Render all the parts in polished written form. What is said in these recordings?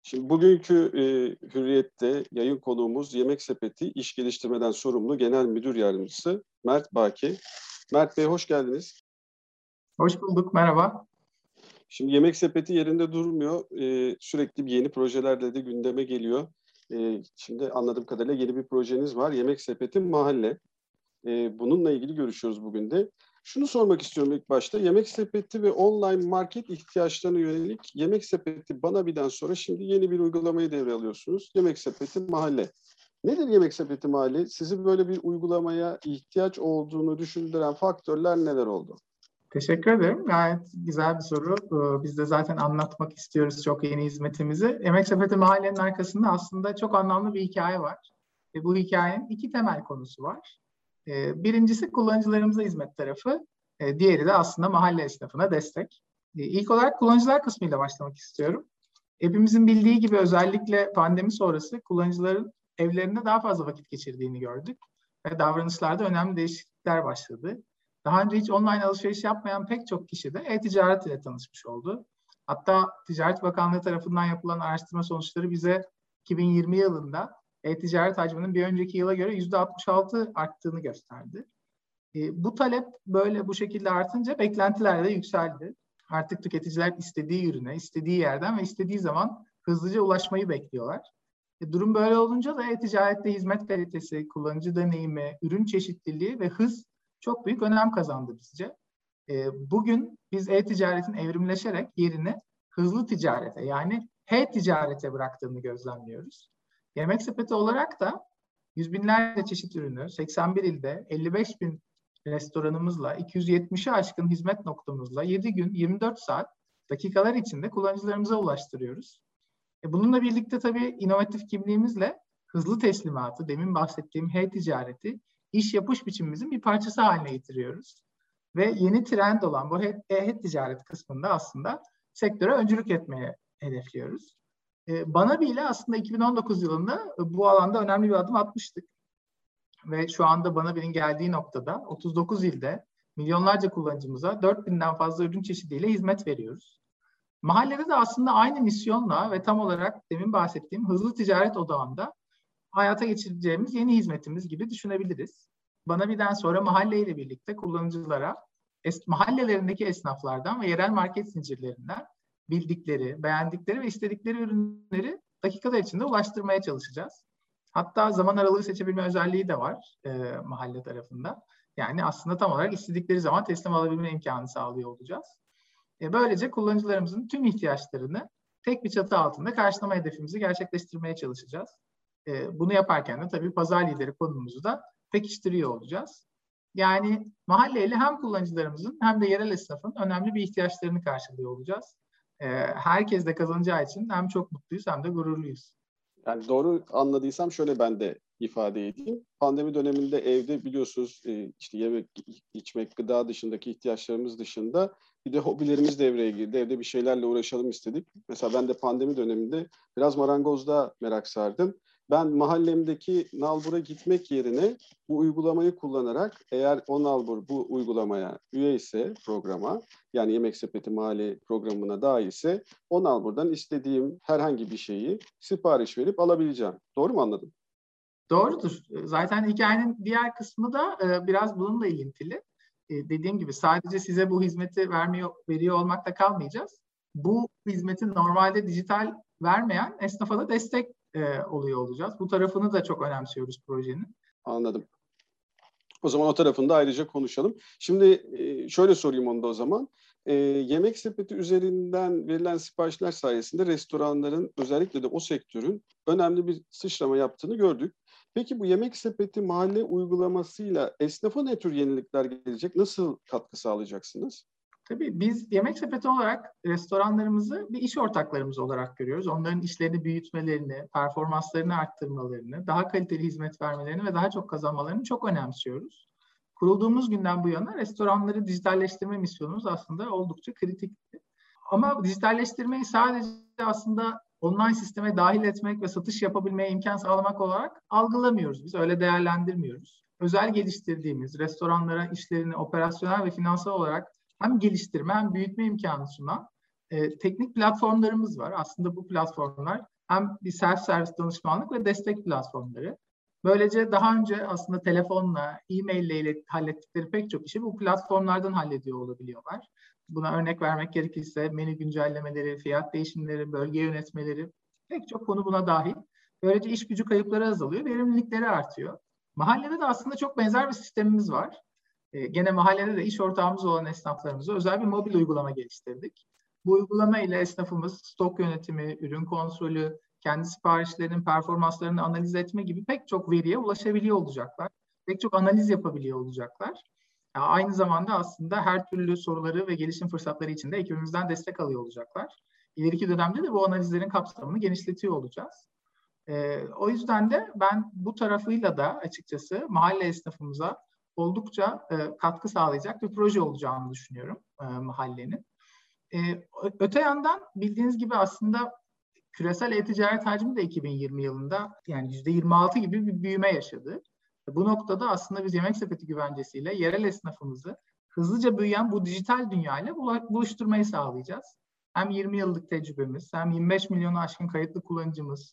Şimdi bugünkü Hürriyet'te yayın konuğumuz Yemek Sepeti İş Geliştirmeden Sorumlu Genel Müdür Yardımcısı Mert Baki. Mert Bey hoş geldiniz. Hoş bulduk, merhaba. Şimdi Yemek Sepeti yerinde durmuyor. Sürekli yeni projelerle de gündeme geliyor. Şimdi anladığım kadarıyla yeni bir projeniz var. Yemek Sepeti Mahalle. Bununla ilgili görüşüyoruz bugün de. Şunu sormak istiyorum ilk başta. Yemek Sepeti ve online market ihtiyaçlarına yönelik Yemek Sepeti Bana Bir'den sonra şimdi yeni bir uygulamayı devralıyorsunuz. Yemek Sepeti Mahalle. Nedir Yemek Sepeti Mahalle? Sizi böyle bir uygulamaya ihtiyaç olduğunu düşündüren faktörler neler oldu? Teşekkür ederim. Gayet güzel bir soru. Biz de zaten anlatmak istiyoruz çok yeni hizmetimizi. Yemek Sepeti Mahallenin arkasında aslında çok anlamlı bir hikaye var. Bu hikayenin iki temel konusu var. Birincisi kullanıcılarımıza hizmet tarafı. Diğeri de aslında mahalle esnafına destek. İlk olarak kullanıcılar kısmıyla başlamak istiyorum. Hepimizin bildiği gibi özellikle pandemi sonrası kullanıcıların evlerinde daha fazla vakit geçirdiğini gördük. Ve davranışlarda önemli değişiklikler başladı. Daha önce hiç online alışveriş yapmayan pek çok kişi de e-ticaret ile tanışmış oldu. Hatta Ticaret Bakanlığı tarafından yapılan araştırma sonuçları bize 2020 yılında e-ticaret hacminin bir önceki yıla göre %66 arttığını gösterdi. Bu talep böyle bu şekilde artınca beklentiler de yükseldi. Artık tüketiciler istediği ürüne, istediği yerden ve istediği zaman hızlıca ulaşmayı bekliyorlar. Durum böyle olunca da e-ticarette hizmet kalitesi, kullanıcı deneyimi, ürün çeşitliliği ve hız çok büyük önem kazandı bizce. Bugün biz e-ticaretin evrimleşerek yerini hızlı ticarete yani h-ticarete bıraktığını gözlemliyoruz. Yemek Sepeti olarak da yüz binlerce çeşit ürünü 81 ilde 55 bin restoranımızla 270'i aşkın hizmet noktamızla 7 gün 24 saat dakikalar içinde kullanıcılarımıza ulaştırıyoruz. Bununla birlikte tabii inovatif kimliğimizle hızlı teslimatı, demin bahsettiğim h-ticareti iş yapış biçimimizin bir parçası haline getiriyoruz. Ve yeni trend olan bu h-ticaret kısmında aslında sektöre öncülük etmeye hedefliyoruz. Bana bile aslında 2019 yılında bu alanda önemli bir adım atmıştık. Ve şu anda Bana Bir'in geldiği noktada 39 ilde milyonlarca kullanıcımıza 4000'den fazla ürün çeşidiyle hizmet veriyoruz. Mahallede de aslında aynı misyonla ve tam olarak demin bahsettiğim hızlı ticaret odağında hayata geçireceğimiz yeni hizmetimiz gibi düşünebiliriz. Bana Bir'den sonra mahalleyle birlikte kullanıcılara mahallelerindeki esnaflardan ve yerel market zincirlerinden bildikleri, beğendikleri ve istedikleri ürünleri dakikalar içinde ulaştırmaya çalışacağız. Hatta zaman aralığı seçebilme özelliği de var mahalle tarafında. Yani aslında tam olarak istedikleri zaman teslim alabilme imkanı sağlıyor olacağız. Böylece kullanıcılarımızın tüm ihtiyaçlarını tek bir çatı altında karşılama hedefimizi gerçekleştirmeye çalışacağız. Bunu yaparken de tabii pazar lideri konumumuzu da pekiştiriyor olacağız. Yani mahalleyle hem kullanıcılarımızın hem de yerel esnafın önemli bir ihtiyaçlarını karşılıyor olacağız. Herkes de kazanacağı için hem çok mutluyuz hem de gururluyuz. Yani doğru anladıysam şöyle ben de ifade edeyim. Pandemi döneminde evde biliyorsunuz işte yemek, içmek, gıda dışındaki ihtiyaçlarımız dışında bir de hobilerimiz devreye girdi. Evde bir şeylerle uğraşalım istedik. Mesela ben de pandemi döneminde biraz marangozda merak sardım. Ben mahallemdeki nalbura gitmek yerine bu uygulamayı kullanarak eğer o nalbur bu uygulamaya üye ise programa yani Yemek Sepeti Mahalle programına dahilse o nalburdan istediğim herhangi bir şeyi sipariş verip alabileceğim. Doğru mu anladım? Doğrudur. Zaten hikayenin diğer kısmı da biraz bununla ilintili. Dediğim gibi sadece size bu hizmeti veriyor olmakla kalmayacağız. Bu hizmeti normalde dijital vermeyen esnafa da destek oluyor olacağız. Bu tarafını da çok önemsiyoruz projenin. Anladım. O zaman o tarafını da ayrıca konuşalım. Şimdi şöyle sorayım onu da o zaman. Yemek Sepeti üzerinden verilen siparişler sayesinde restoranların özellikle de o sektörün önemli bir sıçrama yaptığını gördük. Peki bu Yemek Sepeti Mahalle uygulamasıyla esnafa ne tür yenilikler gelecek? Nasıl katkı sağlayacaksınız? Tabii biz Yemek Sepeti olarak restoranlarımızı bir iş ortaklarımız olarak görüyoruz. Onların işlerini büyütmelerini, performanslarını arttırmalarını, daha kaliteli hizmet vermelerini ve daha çok kazanmalarını çok önemsiyoruz. Kurulduğumuz günden bu yana restoranları dijitalleştirme misyonumuz aslında oldukça kritikti. Ama dijitalleştirmeyi sadece aslında online sisteme dahil etmek ve satış yapabilmeye imkan sağlamak olarak algılamıyoruz. Biz öyle değerlendirmiyoruz. Özel geliştirdiğimiz restoranlara işlerini operasyonel ve finansal olarak hem geliştirme hem büyütme imkanı sunan teknik platformlarımız var. Aslında bu platformlar hem bir self-servis danışmanlık ve destek platformları. Böylece daha önce aslında telefonla, e-mail ile hallettikleri pek çok işi bu platformlardan hallediyor olabiliyorlar. Buna örnek vermek gerekirse menü güncellemeleri, fiyat değişimleri, bölge yönetmeleri, pek çok konu buna dahil. Böylece iş gücü kayıpları azalıyor, verimlilikleri artıyor. Mahallede de aslında çok benzer bir sistemimiz var. Gene mahallede de iş ortağımız olan esnaflarımıza özel bir mobil uygulama geliştirdik. Bu uygulama ile esnafımız stok yönetimi, ürün kontrolü, kendi siparişlerinin performanslarını analiz etme gibi pek çok veriye ulaşabiliyor olacaklar. Pek çok analiz yapabiliyor olacaklar. Aynı zamanda aslında her türlü soruları ve gelişim fırsatları için de ekibimizden destek alıyor olacaklar. İleriki dönemde de bu analizlerin kapsamını genişletiyor olacağız. O yüzden de ben bu tarafıyla da açıkçası mahalle esnafımıza oldukça katkı sağlayacak bir proje olacağını düşünüyorum mahallenin. Öte yandan bildiğiniz gibi aslında küresel e-ticaret hacmi de 2020 yılında yani %26 gibi bir büyüme yaşadı. Bu noktada aslında biz Yemek Sepeti güvencesiyle yerel esnafımızı hızlıca büyüyen bu dijital dünyayla buluşturmayı sağlayacağız. Hem 20 yıllık tecrübemiz, hem 25 milyonu aşkın kayıtlı kullanıcımız,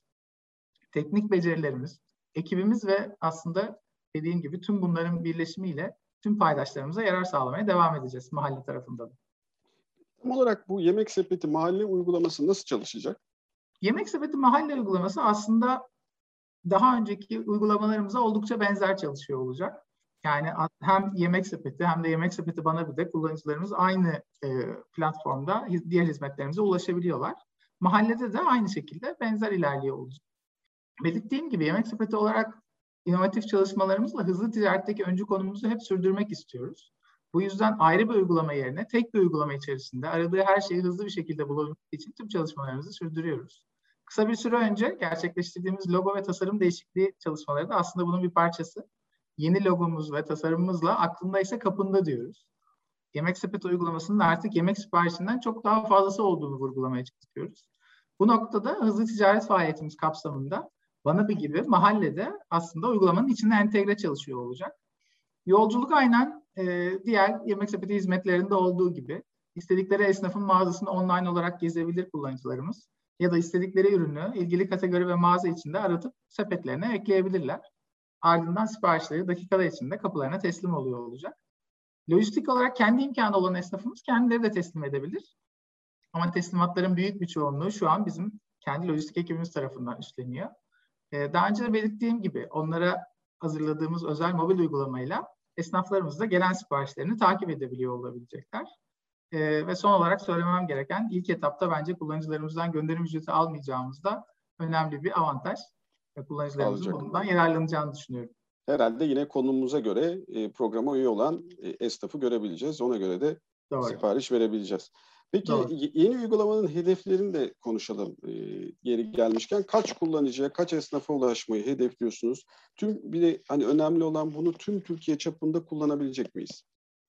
teknik becerilerimiz, ekibimiz ve aslında dediğim gibi tüm bunların birleşimiyle tüm paydaşlarımıza yarar sağlamaya devam edeceğiz mahalle tarafında da. Tam olarak bu Yemek Sepeti mahalle uygulaması nasıl çalışacak? Yemek Sepeti mahalle uygulaması aslında daha önceki uygulamalarımıza oldukça benzer çalışıyor olacak. Yani hem Yemek Sepeti hem de Yemek Sepeti Bana Bir de kullanıcılarımız aynı platformda diğer hizmetlerimize ulaşabiliyorlar. Mahallede de aynı şekilde benzer ilerliyor olacak. Belirttiğim gibi Yemek Sepeti olarak inovatif çalışmalarımızla hızlı ticaretteki öncü konumumuzu hep sürdürmek istiyoruz. Bu yüzden ayrı bir uygulama yerine tek bir uygulama içerisinde aradığı her şeyi hızlı bir şekilde bulabilmek için tüm çalışmalarımızı sürdürüyoruz. Kısa bir süre önce gerçekleştirdiğimiz logo ve tasarım değişikliği çalışmaları da aslında bunun bir parçası. Yeni logomuz ve tasarımımızla aklındaysa kapında diyoruz. Yemek Sepeti uygulamasının artık yemek siparişinden çok daha fazlası olduğunu vurgulamaya çalışıyoruz. Bu noktada hızlı ticaret faaliyetimiz kapsamında Bana Bir gibi mahallede aslında uygulamanın içinde entegre çalışıyor olacak. Yolculuk aynen diğer Yemek Sepeti hizmetlerinde olduğu gibi istedikleri esnafın mağazasını online olarak gezebilir kullanıcılarımız ya da istedikleri ürünü ilgili kategori ve mağaza içinde aratıp sepetlerine ekleyebilirler. Ardından siparişleri dakikalar içinde kapılarına teslim oluyor olacak. Lojistik olarak kendi imkanı olan esnafımız kendileri de teslim edebilir. Ama teslimatların büyük bir çoğunluğu şu an bizim kendi lojistik ekibimiz tarafından üstleniyor. Daha önce de belirttiğim gibi onlara hazırladığımız özel mobil uygulamayla esnaflarımız da gelen siparişlerini takip edebiliyor olabilecekler. Ve son olarak söylemem gereken ilk etapta bence kullanıcılarımızdan gönderim ücreti almayacağımız da önemli bir avantaj. Kullanıcılarımızın bundan yararlanacağını düşünüyorum. Herhalde yine konumuza göre programa üye olan esnafı görebileceğiz. Ona göre de sipariş verebileceğiz. Peki yeni uygulamanın hedeflerini de konuşalım yeri gelmişken. Kaç kullanıcıya, kaç esnafa ulaşmayı hedefliyorsunuz? Bir de hani önemli olan bunu tüm Türkiye çapında kullanabilecek miyiz?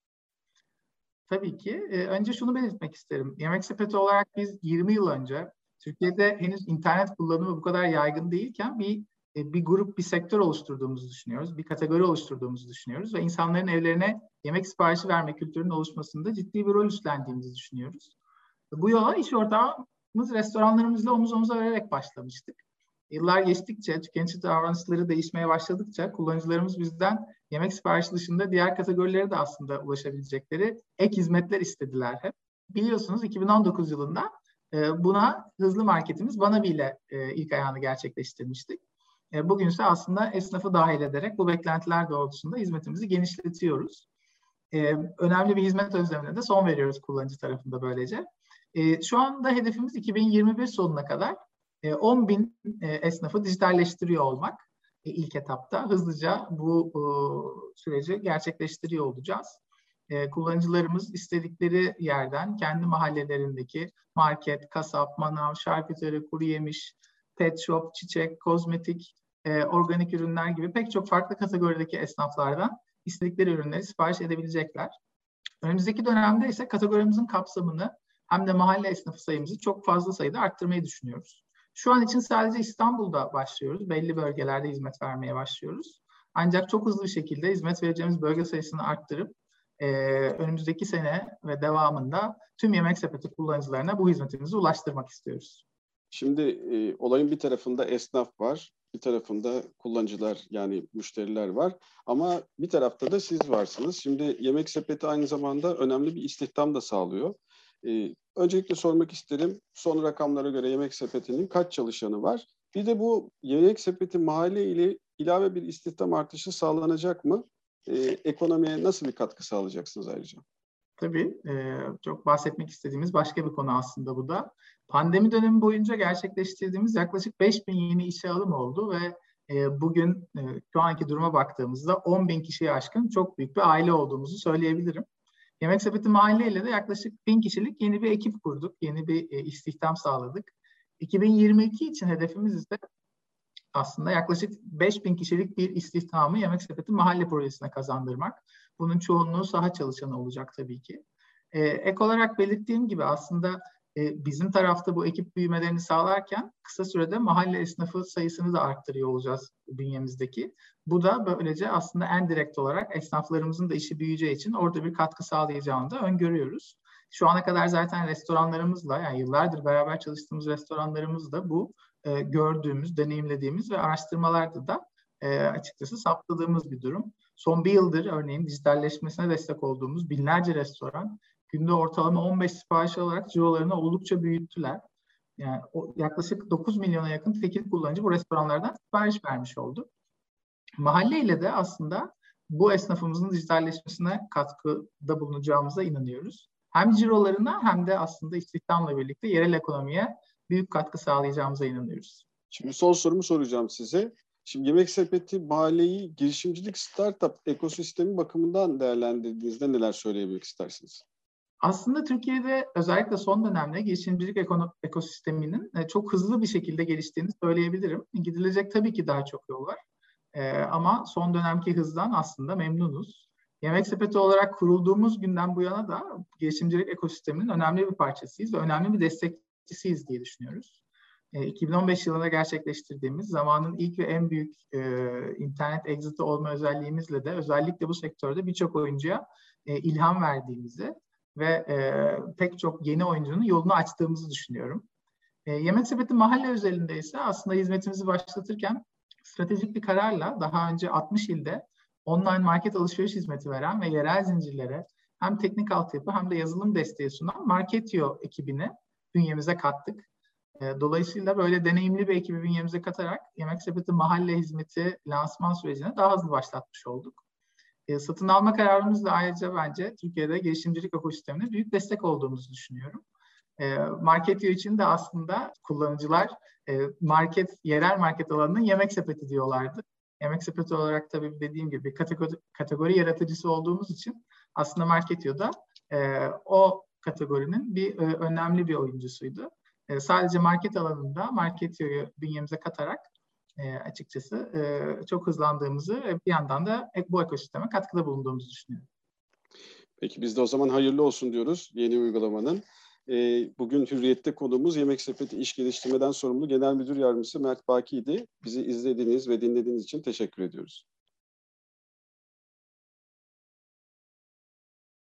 Tabii ki. Önce şunu belirtmek isterim. Yemek Sepeti olarak biz 20 yıl önce Türkiye'de henüz internet kullanımı bu kadar yaygın değilken bir grup, bir sektör oluşturduğumuzu düşünüyoruz. Bir kategori oluşturduğumuzu düşünüyoruz ve insanların evlerine yemek siparişi verme kültürünün oluşmasında ciddi bir rol üstlendiğimizi düşünüyoruz. Bu yola iş ortağımız restoranlarımızla omuz omuza vererek başlamıştık. Yıllar geçtikçe, tüketici davranışları değişmeye başladıkça kullanıcılarımız bizden yemek siparişi dışında diğer kategorilere de aslında ulaşabilecekleri ek hizmetler istediler hep. Biliyorsunuz 2019 yılında buna hızlı marketimiz Bana Bir ile ilk ayağını gerçekleştirmiştik. Bugün ise aslında esnafı dahil ederek bu beklentiler doğrultusunda hizmetimizi genişletiyoruz. Önemli bir hizmet özlemine de son veriyoruz kullanıcı tarafında böylece. Şu anda hedefimiz 2021 sonuna kadar 10.000 esnafı dijitalleştiriyor olmak ilk etapta. Hızlıca bu süreci gerçekleştiriyor olacağız. Kullanıcılarımız istedikleri yerden kendi mahallelerindeki market, kasap, manav, şarküteri, kuru yemiş, pet shop, çiçek, kozmetik, organik ürünler gibi pek çok farklı kategorideki esnaflardan istedikleri ürünleri sipariş edebilecekler. Önümüzdeki dönemde ise kategorimizin kapsamını hem de mahalle esnafı sayımızı çok fazla sayıda arttırmayı düşünüyoruz. Şu an için sadece İstanbul'da başlıyoruz. Belli bölgelerde hizmet vermeye başlıyoruz. Ancak çok hızlı bir şekilde hizmet vereceğimiz bölge sayısını arttırıp önümüzdeki sene ve devamında tüm Yemek Sepeti kullanıcılarına bu hizmetimizi ulaştırmak istiyoruz. Şimdi olayın bir tarafında esnaf var, bir tarafında kullanıcılar yani müşteriler var ama bir tarafta da siz varsınız. Şimdi Yemek Sepeti aynı zamanda önemli bir istihdam da sağlıyor. Öncelikle sormak isterim, son rakamlara göre Yemek Sepeti'nin kaç çalışanı var? Bir de bu Yemek Sepeti mahalle ile ilave bir istihdam artışı sağlanacak mı? Ekonomiye nasıl bir katkı sağlayacaksınız ayrıca? Tabii çok bahsetmek istediğimiz başka bir konu aslında bu da. Pandemi dönemi boyunca gerçekleştirdiğimiz yaklaşık 5.000 yeni işe alım oldu ve bugün şu anki duruma baktığımızda 10.000 kişiye aşkın çok büyük bir aile olduğumuzu söyleyebilirim. Yemek Sepeti Mahalle ile de yaklaşık 1.000 kişilik yeni bir ekip kurduk, yeni bir istihdam sağladık. 2022 için hedefimiz ise aslında yaklaşık 5.000 kişilik bir istihdamı Yemek Sepeti Mahalle projesine kazandırmak. Bunun çoğunluğu saha çalışanı olacak tabii ki. Ek olarak belirttiğim gibi aslında bizim tarafta bu ekip büyümelerini sağlarken kısa sürede mahalle esnafı sayısını da arttırıyor olacağız bünyemizdeki. Bu da böylece aslında en direkt olarak esnaflarımızın da işi büyüyeceği için orada bir katkı sağlayacağını da öngörüyoruz. Şu ana kadar zaten restoranlarımızla, yani yıllardır beraber çalıştığımız restoranlarımızla bu gördüğümüz, deneyimlediğimiz ve araştırmalarda da açıkçası saptadığımız bir durum. Son bir yıldır örneğin dijitalleşmesine destek olduğumuz binlerce restoran günde ortalama 15 sipariş alarak cirolarını oldukça büyüttüler. Yani yaklaşık 9 milyona yakın tekil kullanıcı bu restoranlardan sipariş vermiş oldu. Mahalleyle de aslında bu esnafımızın dijitalleşmesine katkıda bulunacağımıza inanıyoruz. Hem cirolarına hem de aslında istihdamla birlikte yerel ekonomiye büyük katkı sağlayacağımıza inanıyoruz. Şimdi son sorumu soracağım size. Şimdi Yemek Sepeti mahalleyi girişimcilik startup ekosistemi bakımından değerlendirdiğinizde neler söyleyebilmek istersiniz? Aslında Türkiye'de özellikle son dönemde girişimcilik ekosisteminin çok hızlı bir şekilde geliştiğini söyleyebilirim. Gidilecek tabii ki daha çok yol var. Ama son dönemki hızdan aslında memnunuz. Yemek Sepeti olarak kurulduğumuz günden bu yana da girişimcilik ekosisteminin önemli bir parçasıyız ve önemli bir destekçisiyiz diye düşünüyoruz. 2015 yılında gerçekleştirdiğimiz zamanın ilk ve en büyük internet exit'i olma özelliğimizle de özellikle bu sektörde birçok oyuncuya ilham verdiğimizi ve pek çok yeni oyuncunun yolunu açtığımızı düşünüyorum. Yemek Sepeti mahalle özelinde ise aslında hizmetimizi başlatırken stratejik bir kararla daha önce 60 ilde online market alışveriş hizmeti veren ve yerel zincirlere hem teknik altyapı hem de yazılım desteği sunan Marketio ekibini bünyemize kattık. Dolayısıyla böyle deneyimli bir ekibi bünyemize katarak Yemek Sepeti mahalle hizmeti lansman sürecine daha hızlı başlatmış olduk. Satın alma kararımızla ayrıca bence Türkiye'de girişimcilik ekosistemine büyük destek olduğumuzu düşünüyorum. Marketio için de aslında kullanıcılar yerel market alanının Yemek Sepeti diyorlardı. Yemek Sepeti olarak tabii dediğim gibi kategori yaratıcısı olduğumuz için aslında Marketio'da o kategorinin önemli bir oyuncusuydu. Sadece market alanında Marketio'yu bünyemize katarak açıkçası çok hızlandığımızı ve bir yandan da bu ekosisteme katkıda bulunduğumuzu düşünüyorum. Peki biz de o zaman hayırlı olsun diyoruz yeni uygulamanın. Bugün Hürriyet'te konuğumuz Yemek Sepeti İş Geliştirmeden sorumlu Genel Müdür Yardımcısı Mert Baki'ydi. Bizi izlediğiniz ve dinlediğiniz için teşekkür ediyoruz.